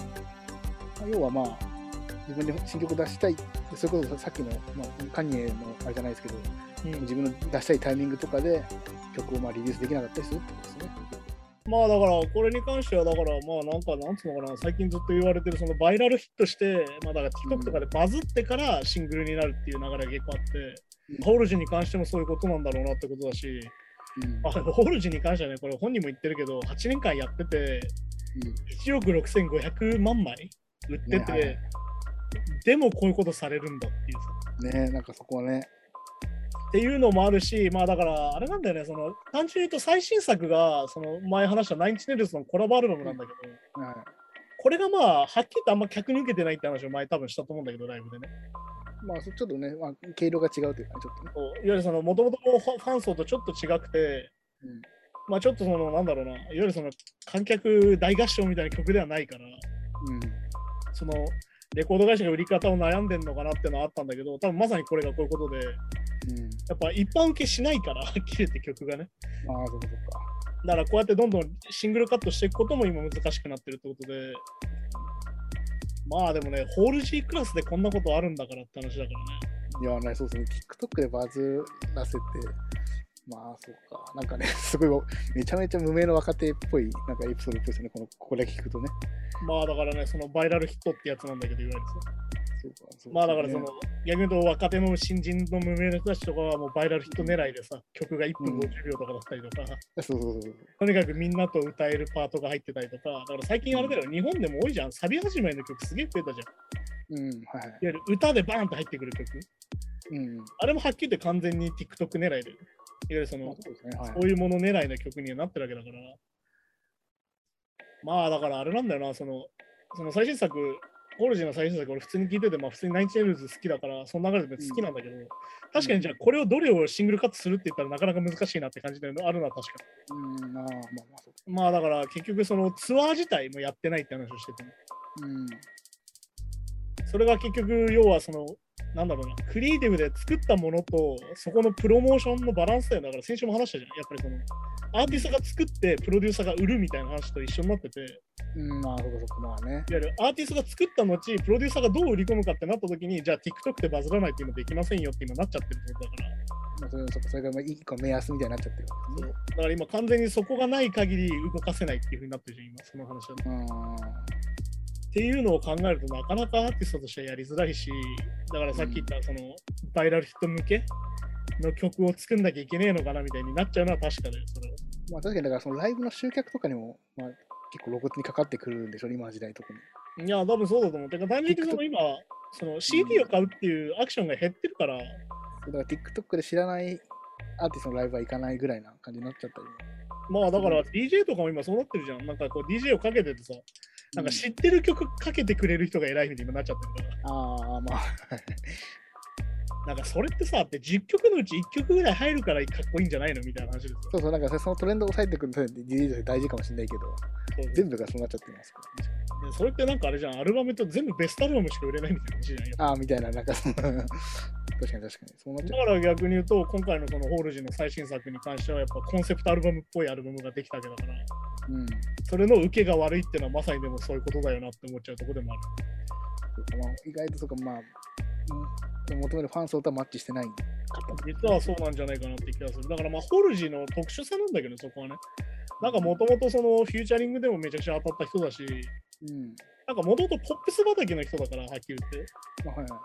要はまあ、自分で新曲出したい、それこそさっきの、まあ、カニエのあれじゃないですけど、うん、自分の出したいタイミングとかで曲をまあリリースできなかったりするってことですね。 まあだからこれに関してはだからまあなんかなんつうのかな、最近ずっと言われてるそのバイラルヒットして、まあだから TikTok とかでバズってからシングルになるっていう流れが結構あって、うん、ホールジーに関してもそういうことなんだろうなってことだし、うん、あホールジーに関してはね、これ本人も言ってるけどはちねんかんやってて、うん、いちおくろくせんごひゃくまんまい売ってて、ねはい、でもこういうことされるんだっていうさ。ねなんかそこはね。 っていうのもあるし、まあだからあれなんだよね、その単純に言うと最新作がその前話したナインチネルズのコラボアルバムなんだけど、うんはい、これがまあはっきりとあんま客に受けてないって話を前多分したと思うんだけど、ライブでね。 まあちょっとね、まあ、毛色が違うというか、ちょっとね。 いわゆるそのもともとファン層とちょっと違くて、うん、まあちょっとそのなんだろうな、いわゆるその観客大合唱みたいな曲ではないから、うん、そのレコード会社が売り方を悩んでんのかなってのはあったんだけど、多分まさにこれがこういうことで、うん、やっぱ一般受けしないから、はっきり言って曲がね。 ああ、そうかそうか。 だからこうやってどんどんシングルカットしていくことも今難しくなってるってことで、まあでもね、ホール G クラスでこんなことあるんだからって話だからね。いや、ないそうですね。TikTok でバズらせて、まあそうか。なんかね、すごいめちゃめちゃ無名の若手っぽいなんかエピソードっぽいですよね。このここだけ聞くとね。 まあだからね、そのバイラルヒットってやつなんだけど、いわゆるさ。そうかそうまあだからその、逆に言うと若手の新人の無名の人たちとかはもうバイラルヒット狙いでさ、曲がいっぷんごじゅうびょうとかだったりとか、うん、そうそうそうとにかくみんなと歌えるパートが入ってたりとか、だから最近あれだよ、うん、日本でも多いじゃん、サビ始めの曲すげえ増えたじゃん。うんはい、いわゆる歌でバーンと入ってくる曲。うん、あれもはっきり言って完全に TikTok 狙いで、いわゆるその、そうですねはい、そういうもの狙いの曲にはなってるわけだから、まあだからあれなんだよな、その、その最新作、ホールジーの最新作俺普通に聞いてて、まあ普通にナインチネルズ好きだから、その流れで好きなんだけど、うん、確かにじゃあこれをどれをシングルカットするって言ったらなかなか難しいなって感じであるのは確かに。うん、まあまあまあそう。まあだから結局そのツアー自体もやってないって話をしてて、うん、それが結局要はその、なんだろうな、クリエイティブで作ったものとそこのプロモーションのバランスだよ。だから先週も話したじゃん。やっぱりそのアーティストが作ってプロデューサーが売るみたいな話と一緒になってて、うん、まあそうかそうかまあね。いわゆるアーティストが作った後、プロデューサーがどう売り込むかってなった時に、じゃあ TikTok でバズらないって今できませんよって今なっちゃってるってことだから。まあ、それそそれが一個目安みたいになっちゃってるわけですね。だから今完全にそこがない限り動かせないっていう風になってるじゃん、今その話は、ね。っていうのを考えるとなかなかアーティストとしてはやりづらいし、だからさっき言ったそのバイラルヒット向けの曲を作んなきゃいけねえのかなみたいになっちゃうのは確かだよ、それは。まあ確かにだからそのライブの集客とかにも、まあ、結構露骨にかかってくるんでしょ、今の時代特に。いや、多分そうだと思う。てか単純にその今、その シーディー を買うっていうアクションが減ってるから。だから TikTok で知らないアーティストのライブは行かないぐらいな感じになっちゃったり。まあだから ディージェー とかも今そうなってるじゃん。なんかこう ディージェー をかけててさ、なんか知ってる曲かけてくれる人が偉いみたいになっちゃってるから。ああ、まあ。なんかそれってさ、じゅっきょくのうちいっきょくぐらい入るからかっこいいんじゃないのみたいな話ですよ。そうそう、なんかそのトレンドを抑えてくるのってディージェー大事かもしれないけど、そうそう全部がそうなっちゃってますからね。それってなんかあれじゃん、アルバムと全部ベストアルバムしか売れないみたいな話じゃん。ああ、みたいな、なんか確かに確かに。そうなっちゃう。だから逆に言うと、今回のそのホールジーの最新作に関しては、やっぱコンセプトアルバムっぽいアルバムができたわけだから、うん、それの受けが悪いっていうのはまさにでもそういうことだよなって思っちゃうところでもある。そうかまあ、意外とそうか、まあ、うん、求めるファン層とはマッチしてない。実はそうなんじゃないかなって気がする。だからまあ、ホールジーの特殊さなんだけど、そこはね。なんかもともとそのフューチャリングでもめちゃくちゃ当たった人だし、うん、なんかもともとポップス畑の人だから、はっきり言って。はいはい、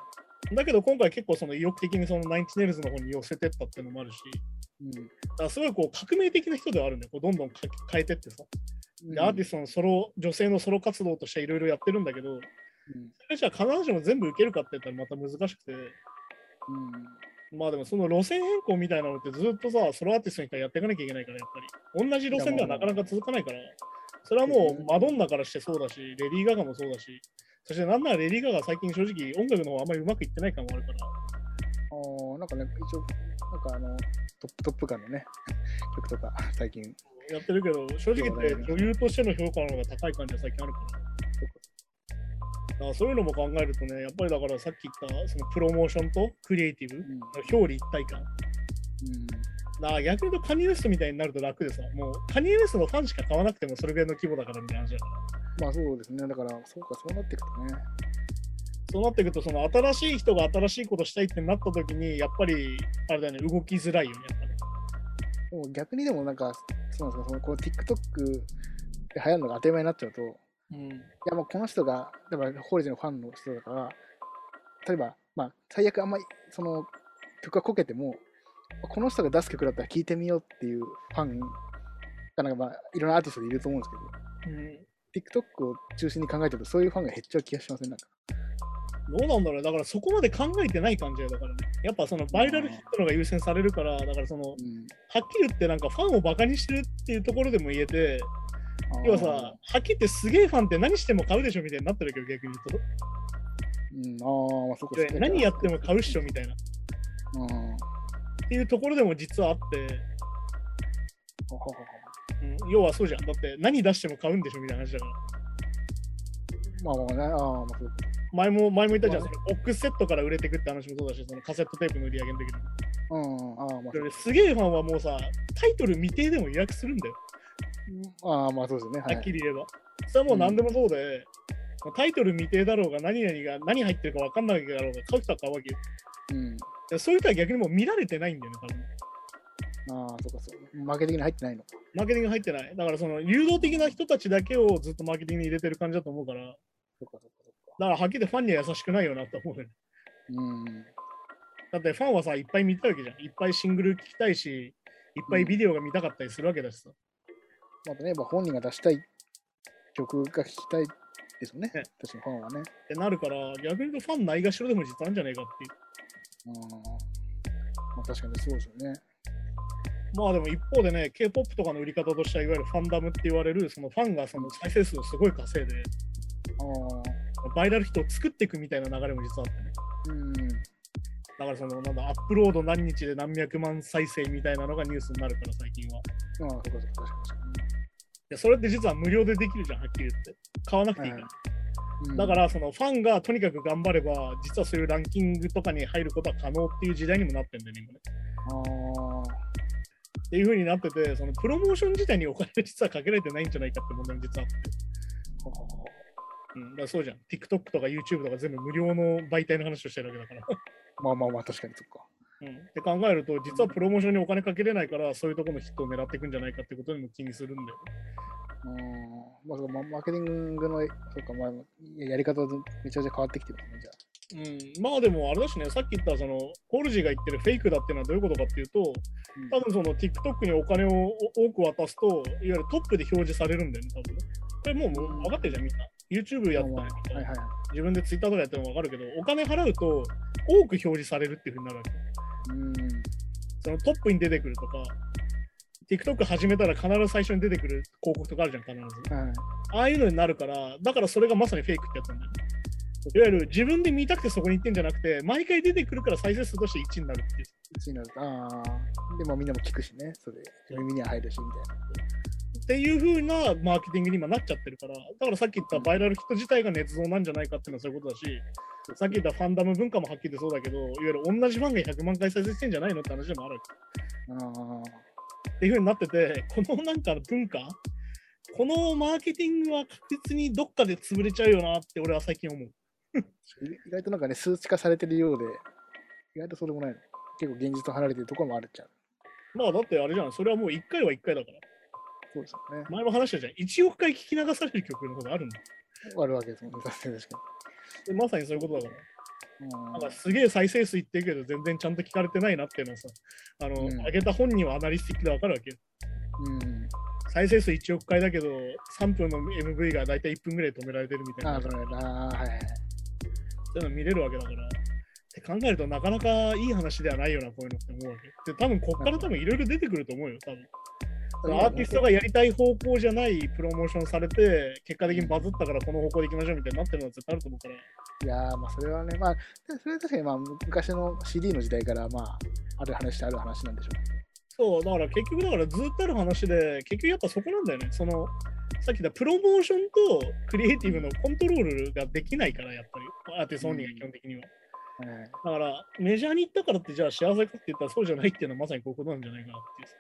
だけど今回結構その意欲的にそのナインチネルズの方に寄せてったっていうのもあるし、うん、だからすごいこう革命的な人ではあるんだよ。こうどんどん変えてってさ。でアーティストのソロ、女性のソロ活動としていろいろやってるんだけど、うん、それじゃ必ずしも全部受けるかって言ったらまた難しくて、うん、まあでもその路線変更みたいなのってずっとさ、ソロアーティストにからやっていかなきゃいけないから、やっぱり。同じ路線ではなかなか続かないから、それはもうマドンナからしてそうだし、レディー・ガガもそうだし、 そしてなんならレディー・ガガ最近正直音楽の方あんまりうまくいってない感もあるから。 ああ、なんかね、一応、なんかあの、トップトップ感のね、曲とか最近。 やってるけど、正直言って女優としての評価の方が高い感じは最近あるから。だからそういうのも考えるとね、やっぱりだからさっき言ったそのプロモーションとクリエイティブの表裏一体感。うん、だから逆に言うとカニエ・ウェストみたいになると楽でさ、もうカニエ・ウェストのファンしか買わなくてもそれぐらいの規模だからみたいな話だから。 まあそうですね、だからそうか、そうなっていくとね。 そうなっていくと、その新しい人が新しいことしたいってなった時に、やっぱりあれだよね、動きづらいよね、やっぱり。 もう逆にでもなんか、そうなんですか、そのこの TikTok で流行るのが当たり前になっちゃうと、うん、いやもうこの人が、例えばホーリジのファンの人だから、例えば、まあ、最悪あんまりその曲がこけても、この人が出す曲だったら聴いてみようっていうファンがなんかまあいろんなアーティストでいると思うんですけど、うん、TikTok を中心に考えてるとそういうファンが減っちゃう気がしません、なんか。 どうなんだろう、だからそこまで考えてない感じだからね。やっぱそのバイラルヒットのが優先されるから、だからその、うん、はっきり言ってなんかファンをバカにしてるっていうところでも言えて、要はさ、はっきり言ってすげえファンって何しても買うでしょみたいになってるけど、逆に言うと。うん、ああ、まあそこで何やっても買うっしょみたいな。うん、っていうところでも実はあって、うん、要はそうじゃん。だって何出しても買うんでしょみたいな話だから。 まあまあね、ああ、まあそう前も前も言ったじゃん、そのボックスセットから売れてくって話もそうだし、そのカセットテープの売り上げの時に。うん、ああ、まあ。すげえファンはもうさ、タイトル未定でも予約するんだよ。 ああ、まあそうですね。 はっきり言えば。それはもう何でもそうで、うん、タイトル未定だろうが、何々が何入ってるか分かんないだろうが、買う人は買うわけよ。うん、そういう人は逆にもう見られてないんだよね、多分。 ああ、そうかそう。マーケティングに入ってないの。 マーケティングに入ってない。だからその誘導的な人たちだけをずっとマーケティングに入れてる感じだと思うから。そうかそうかそうか。だからはっきり言ってファンには優しくないよなと思うよね。うん。だってファンはさ、いっぱい見たいわけじゃん。いっぱいシングル聴きたいし、いっぱいビデオが見たかったりするわけだしさ。 うん、またね、やっぱ本人が出したい曲が聴きたいですよね。ね、確かにファンはね。 ってなるから、逆に言うとファンないがしろでも実はあるんじゃないかっていう。 うん。まあ確かにそうですよね。 まあでも一方でね、K-ポップ とかの売り方としては、いわゆるファンダムって言われる、そのファンがその再生数をすごい稼いで、あバイラルヒットを作っていくみたいな流れも実はあってね。うん、だからその、なんだ、アップロード何日で何百万再生みたいなのがニュースになるから、最近は。ああ、そうかそうか、確かに。いや、それって実は無料でできるじゃん、はっきり言って。買わなくていいから。はいうん、だから、そのファンがとにかく頑張れば、実はそういうランキングとかに入ることは可能っていう時代にもなってんだよね、今ね。ああ。っていう風になってて、そのプロモーション自体にお金実はかけられてないんじゃないかって問題も実はあって。うん、だからそうじゃん。TikTok とか YouTube とか全部無料の媒体の話をしてるわけだから。 まあまあまあ、確かにそっか。 うん、って考えると、実はプロモーションにお金かけれないから、そういうところのヒットを狙っていくんじゃないかってことにも気にするんだよ。 うん、まあ、そうか、マーケティングのそうか、まあ、やり方めちゃめちゃ変わってきてるね、じゃあ。 うん、まあでもあれだしね、さっき言ったそのホールジーが言ってるフェイクだっていうのはどういうことかっていうと、多分その TikTok にお金を多く渡すと、いわゆるトップで表示されるんだよね、多分。これもう分かってるじゃん、みんな。YouTube やったりとか、はいはい、自分で Twitter とかやってるのも分かるけど、お金払うと多く表示されるっていうふうになるわけ。うん、そのトップに出てくるとか、TikTok 始めたら必ず最初に出てくる広告とかあるじゃん、必ず。はい、ああいうのになるから、だからそれがまさにフェイクってやつなんだよ。いわゆる自分で見たくてそこに行ってんじゃなくて、毎回出てくるから再生数としていちになるっていう。 いちになる。ああ。でもみんなも聞くしね、それ。耳には入るしみたいな。 っていう風なマーケティングに今なっちゃってるから、だからさっき言ったバイラルヒット自体が捏造なんじゃないかっていうのはそういうことだし、さっき言ったファンダム文化もはっきり言ってそうだけど、いわゆる同じファンがひゃくまんかい再生してんじゃないのって話でもあるわけ。あっていう風になってて、このなんか文化、このマーケティングは確実にどっかで潰れちゃうよなって俺は最近思う。 意外となんかね、数値化されてるようで、意外とそうでもないの。結構現実と離れてるところもあるっちゃう。 まあだってあれじゃん、それはもういっかいはいっかいだから。 そうですよね。 前も話したじゃん、いちおくかい聞き流される曲の方があるんだ。 あるわけですもんね、確かに。 でまさにそういうことだから。うん、なんかすげえ再生数いってるけど、全然ちゃんと聞かれてないなっていうのはさ、あの、うん、上げた本人はアナリスティックでわかるわけよ。うん再生数いちおくかいだけど、さんぷんの エムブイ がだいたいいっぷんぐらい止められてるみたいな。あ、そうはい。そういうの見れるわけだから。って考えるとなかなかいい話ではないよな、こういうのって思うわけ。で、多分こっから多分いろいろ出てくると思うよ、多分。 アーティストがやりたい方向じゃないプロモーションされて、結果的にバズったからこの方向でいきましょうみたいになってるのは絶対あると思うから。 いやー、まあそれはね、まあ、それは確かにまあ昔の シーディー の時代からまあ、ある話ってある話なんでしょう。 そう、だから結局だからずっとある話で、結局やっぱそこなんだよね。その、さっき言ったプロモーションとクリエイティブのコントロールができないから、やっぱり、アーティスト本人が基本的には。うん、だからメジャーに行ったからってじゃあ幸せかって言ったらそうじゃないっていうのはまさにこういうことなんじゃないかなっていう。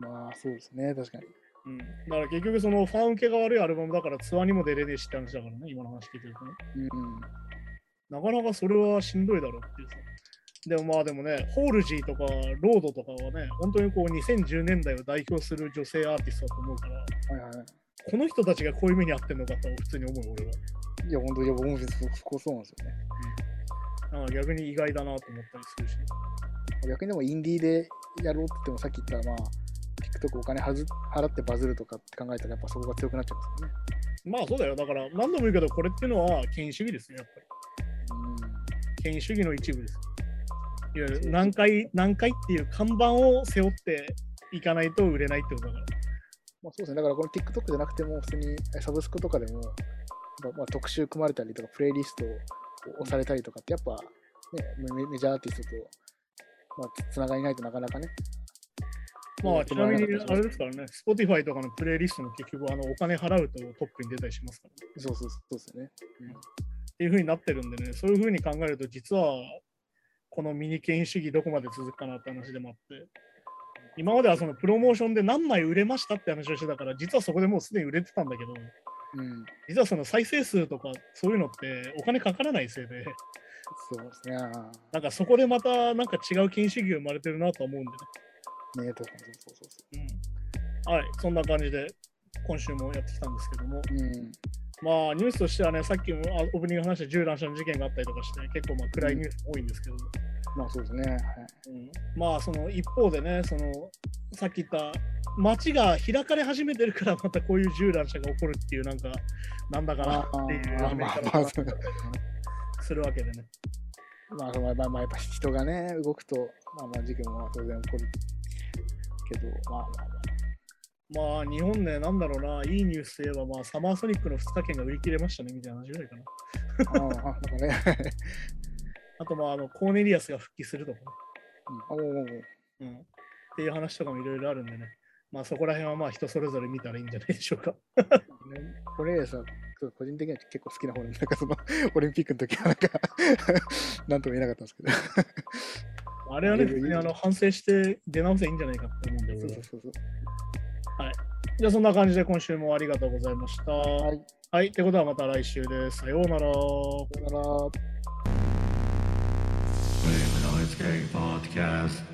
まあそうですね、確かに。 うん、だから結局そのファン受けが悪いアルバムだからツアーにも出れねえしって話だからね、今の話聞いてるとね。うん、なかなかそれはしんどいだろうっていうさ。でもまあでもね、ホールジーとかロードとかはね、本当にこうにせんじゅうねんだいを代表する女性アーティストだと思うから、はいはい、この人たちがこういう目に遭ってんのかと普通に思う俺は。 いや本当に僕もそこそうなんですよね。 うん、なんか逆に意外だなと思ったりするし。 逆にでもインディーでやろうって言ってもさっき言ったまあ TikTok お金はず払ってバズるとかって考えたらやっぱそこが強くなっちゃうんですよね。 まあそうだよ。だから何度も言うけどこれっていうのは権威主義ですよ、やっぱり。うん、権威主義の一部です。いわゆる何回何回っていう看板を背負っていかないと売れないってことだから。 まあそうですね。だからこの TikTok じゃなくても普通にサブスクとかでも、まあ、特集組まれたりとかプレイリストを押されたりとかってやっぱ、ね、メジャーアーティストと、まあ、つながりないとなかなかね。 まあちなみにあれですからね、Spotify とかのプレイリストも結局あのお金払うとトップに出たりしますからね。 そうそうそうですよね、うん。 っていう風になってるんでね、そういう風に考えると実はこのミニ権威主義どこまで続くかなって話でもあって、今まではそのプロモーションで何枚売れましたって話をしてたから、実はそこでもうすでに売れてたんだけど、うん、実はその再生数とかそういうのってお金かからないせいで、 そうですね。 なんかそこでまたなんか違う権威主義が生まれてるなと思うんでね。ね、確かにそうそうそう、 うん。はい、そんな感じで今週もやってきたんですけども、うん、まあニュースとしてはね、さっきもオープニング話した銃乱射の事件があったりとかして、結構まあ暗いニュース多いんですけど、 うん、まあそうですね。はい、 うん、まあその一方でね、そのさっき言った街が開かれ始めてるからまたこういう銃乱射が起こるっていうなんかなんだかなっていうアメリカの話をするわけでね。 まあまあまあまあやっぱ人がね動くとまあまあ事件も当然起こるけど、まあまあまあ。まあ日本ね、なんだろうな、いいニュースといえば、まあサマーソニックのふつかけんが売り切れましたねみたいな話ぐらいかな。 ああ、なんかね。 あとまああのコーネリアスが復帰するとかね。 うん、おお、 うん。っていう話とかもいろいろあるんでね。まあそこら辺はまあ人それぞれ見たらいいんじゃないでしょうか。 コーネリアスは個人的には結構好きな方なんで、なんかそのオリンピックの時はなんかなんとも言えなかったんですけど。 あれはね、普通にあの反省して出直せばいいんじゃないかって思うんで、そうそうそうそう。はい。じゃあそんな感じで今週もありがとうございました。はい。はい。ってことはまた来週です。さようなら。さようなら。